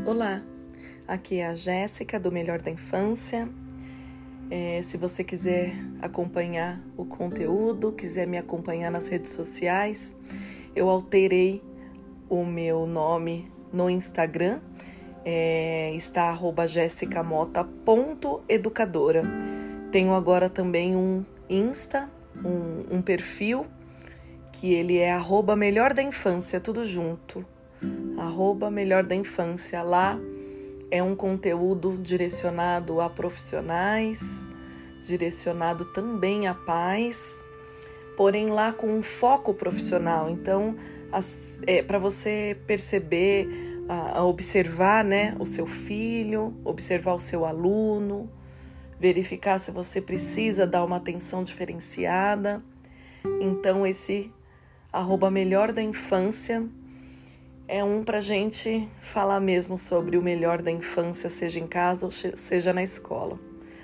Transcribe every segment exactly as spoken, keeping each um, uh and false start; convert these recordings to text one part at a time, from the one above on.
Olá, aqui é a Jéssica do Melhor da Infância. É, se você quiser acompanhar o conteúdo, quiser me acompanhar nas redes sociais, eu alterei o meu nome no Instagram, é, está arroba jessicamota ponto educadora. Tenho agora também um Insta, um, um perfil, que ele é arroba Melhor da Infância, tudo junto. Arroba Melhor da Infância. Lá é um conteúdo direcionado a profissionais, direcionado também a pais, porém lá com um foco profissional. Então, é, para você perceber, a, a observar, né, o seu filho, observar o seu aluno, verificar se você precisa dar uma atenção diferenciada. Então, esse arroba Melhor da Infância é um para a gente falar mesmo sobre o melhor da infância, seja em casa ou seja na escola.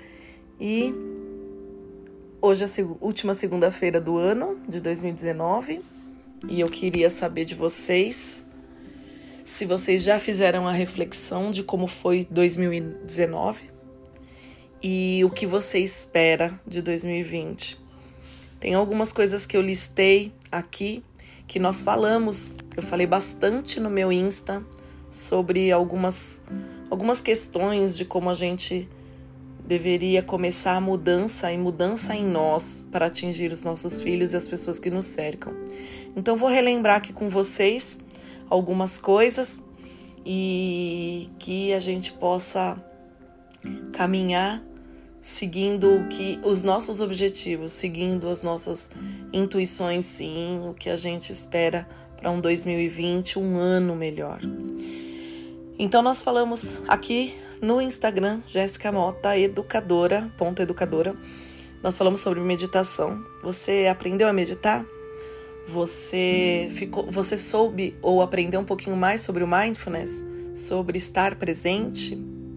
E hoje é a última segunda-feira do ano de dois mil e dezenove e eu queria saber de vocês se vocês já fizeram a reflexão de como foi dois mil e dezenove e o que você espera de dois mil e vinte. Tem algumas coisas que eu listei aqui que nós falamos, eu falei bastante no meu Insta sobre algumas, algumas questões de como a gente deveria começar a mudança e mudança em nós para atingir os nossos filhos e as pessoas que nos cercam. Então vou relembrar aqui com vocês algumas coisas e que a gente possa caminhar seguindo o que, os nossos objetivos, seguindo as nossas intuições, sim, o que a gente espera para um dois mil e vinte, um ano melhor. Então nós falamos aqui no Instagram, Jéssica Mota, educadora, ponto educadora, nós falamos sobre meditação. Você aprendeu a meditar? Você, ficou, você soube ou aprendeu um pouquinho mais sobre o mindfulness? Sobre estar presente?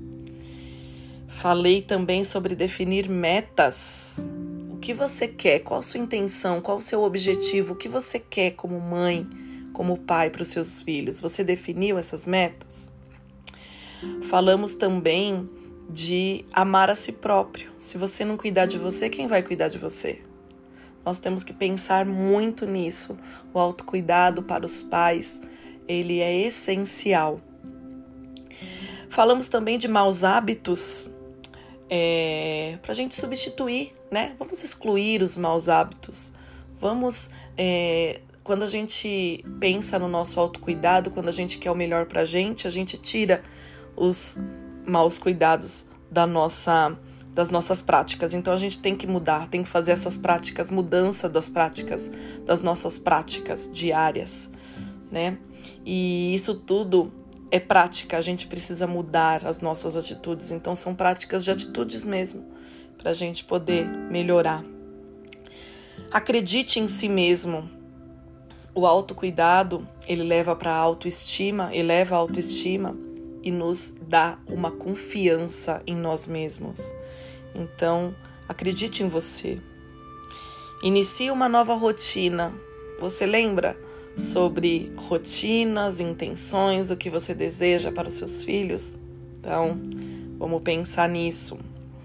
Falei também sobre definir metas. O que você quer? Qual a sua intenção? Qual o seu objetivo? O que você quer como mãe, como pai para os seus filhos? Você definiu essas metas? Falamos também de amar a si próprio. Se você não cuidar de você, quem vai cuidar de você? Nós temos que pensar muito nisso. O autocuidado para os pais, ele é essencial. Falamos também de maus hábitos. É, para a gente substituir, né? Vamos excluir os maus hábitos. Vamos, é, quando a gente pensa no nosso autocuidado, quando a gente quer o melhor para a gente, a gente tira os maus cuidados da nossa, das nossas práticas. Então a gente tem que mudar, tem que fazer essas práticas, mudança das práticas, das nossas práticas diárias, né? E isso tudo é prática, a gente precisa mudar as nossas atitudes. Então são práticas de atitudes mesmo, para a gente poder melhorar. Acredite em si mesmo. O autocuidado, ele leva para a autoestima, eleva a autoestima e nos dá uma confiança em nós mesmos. Então, acredite em você. Inicie uma nova rotina. Você lembra sobre rotinas, intenções, o que você deseja para os seus filhos? Então, vamos pensar nisso.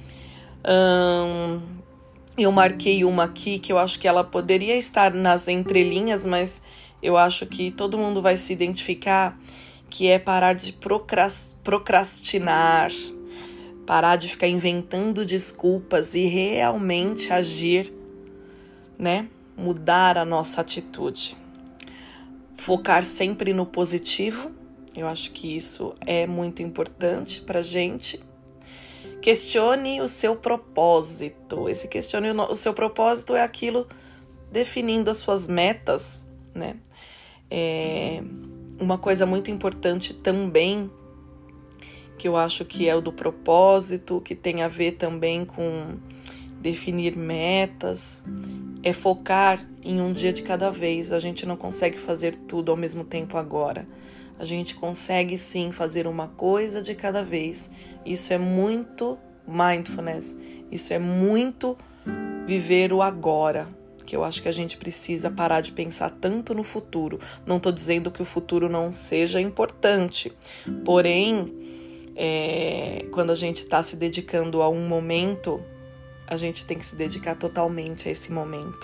Hum, eu marquei uma aqui que eu acho que ela poderia estar nas entrelinhas, mas eu acho que todo mundo vai se identificar, que é parar de procrastinar, parar de ficar inventando desculpas e realmente agir, né? Mudar a nossa atitude. Focar sempre no positivo, eu acho que isso é muito importante pra gente. Questione o seu propósito. Esse questione o seu propósito é aquilo definindo as suas metas, né? É uma coisa muito importante também, que eu acho que é o do propósito, que tem a ver também com definir metas, é focar em um dia de cada vez. A gente não consegue fazer tudo ao mesmo tempo agora. A gente consegue sim fazer uma coisa de cada vez. Isso é muito mindfulness. Isso é muito viver o agora. que eu acho que a gente precisa parar de pensar tanto no futuro. Não estou dizendo que o futuro não seja importante, porém, é, quando a gente está se dedicando a um momento, a gente tem que se dedicar totalmente a esse momento.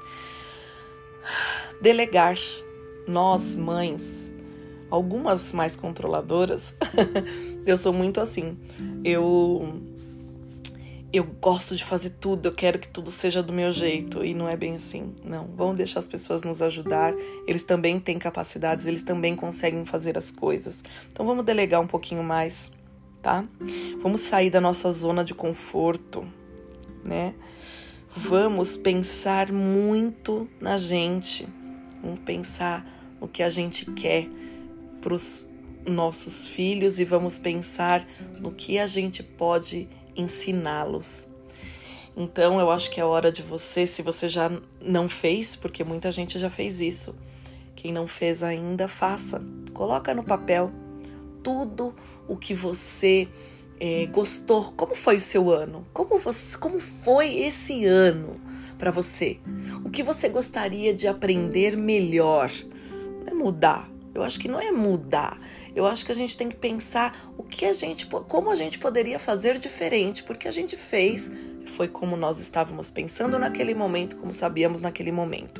Delegar. Nós, mães, algumas mais controladoras, eu sou muito assim, eu, eu gosto de fazer tudo, eu quero que tudo seja do meu jeito, e não é bem assim, não. Vamos deixar as pessoas nos ajudar, eles também têm capacidades, eles também conseguem fazer as coisas. Então vamos delegar um pouquinho mais, tá? Vamos sair da nossa zona de conforto, né? Vamos pensar muito na gente, vamos pensar no que a gente quer para os nossos filhos e vamos pensar no que a gente pode ensiná-los. Então, eu acho que é hora de você, se você já não fez, porque muita gente já fez isso, quem não fez ainda, faça. Coloca no papel tudo o que você é, gostou. Como foi o seu ano? Como, você, como foi esse ano para você? O que você gostaria de aprender melhor? Não é mudar. Eu acho que não é mudar. Eu acho que a gente tem que pensar o que a gente, como a gente poderia fazer diferente, porque a gente fez, foi como nós estávamos pensando naquele momento, como sabíamos naquele momento.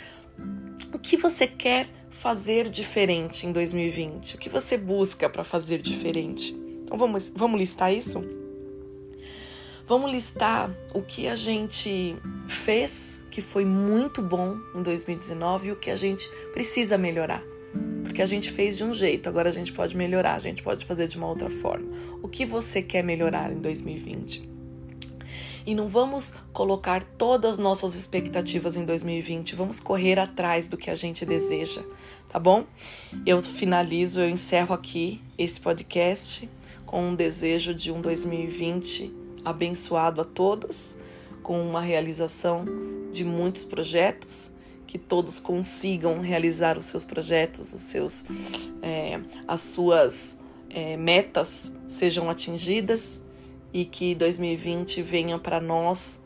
O que você quer fazer diferente em dois mil e vinte? O que você busca para fazer diferente? Então vamos, vamos listar isso? Vamos listar o que a gente fez, que foi muito bom em dois mil e dezenove, e o que a gente precisa melhorar. Porque a gente fez de um jeito, agora a gente pode melhorar, a gente pode fazer de uma outra forma. O que você quer melhorar em dois mil e vinte? E não vamos colocar todas as nossas expectativas em dois mil e vinte, vamos correr atrás do que a gente deseja, tá bom? Eu finalizo, eu encerro aqui esse podcast com um desejo de um dois mil e vinte abençoado a todos, com uma realização de muitos projetos, que todos consigam realizar os seus projetos, os seus, é, as suas é, metas sejam atingidas e que dois mil e vinte venha para nós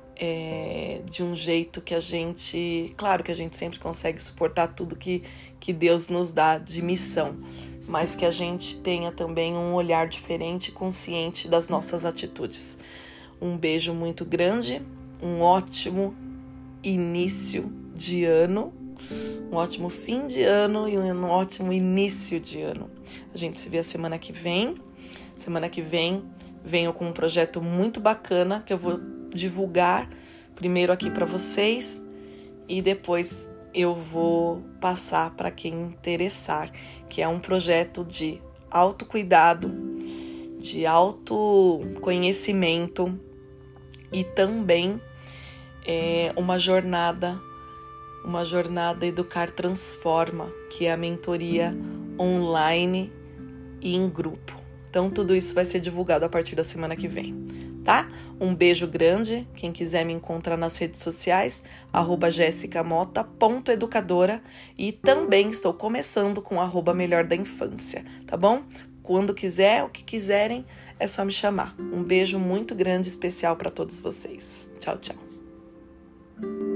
é, de um jeito que a gente... Claro que a gente sempre consegue suportar tudo que, que Deus nos dá de missão, mas que a gente tenha também um olhar diferente e consciente das nossas atitudes. Um beijo muito grande, um ótimo início de ano, um ótimo fim de ano e um ótimo início de ano. A gente se vê a semana que vem. Semana que vem venho com um projeto muito bacana que eu vou divulgar primeiro aqui para vocês e depois eu vou passar para quem interessar, que é um projeto de autocuidado, de autoconhecimento e também é uma jornada, uma jornada Educar Transforma, que é a mentoria online e em grupo. Então, tudo isso vai ser divulgado a partir da semana que vem, tá? Um beijo grande. Quem quiser me encontrar nas redes sociais, arroba jessicamota ponto educadora, e também estou começando com arroba melhor da infância, tá bom? Quando quiser, o que quiserem, é só me chamar. Um beijo muito grande, especial para todos vocês. Tchau, tchau.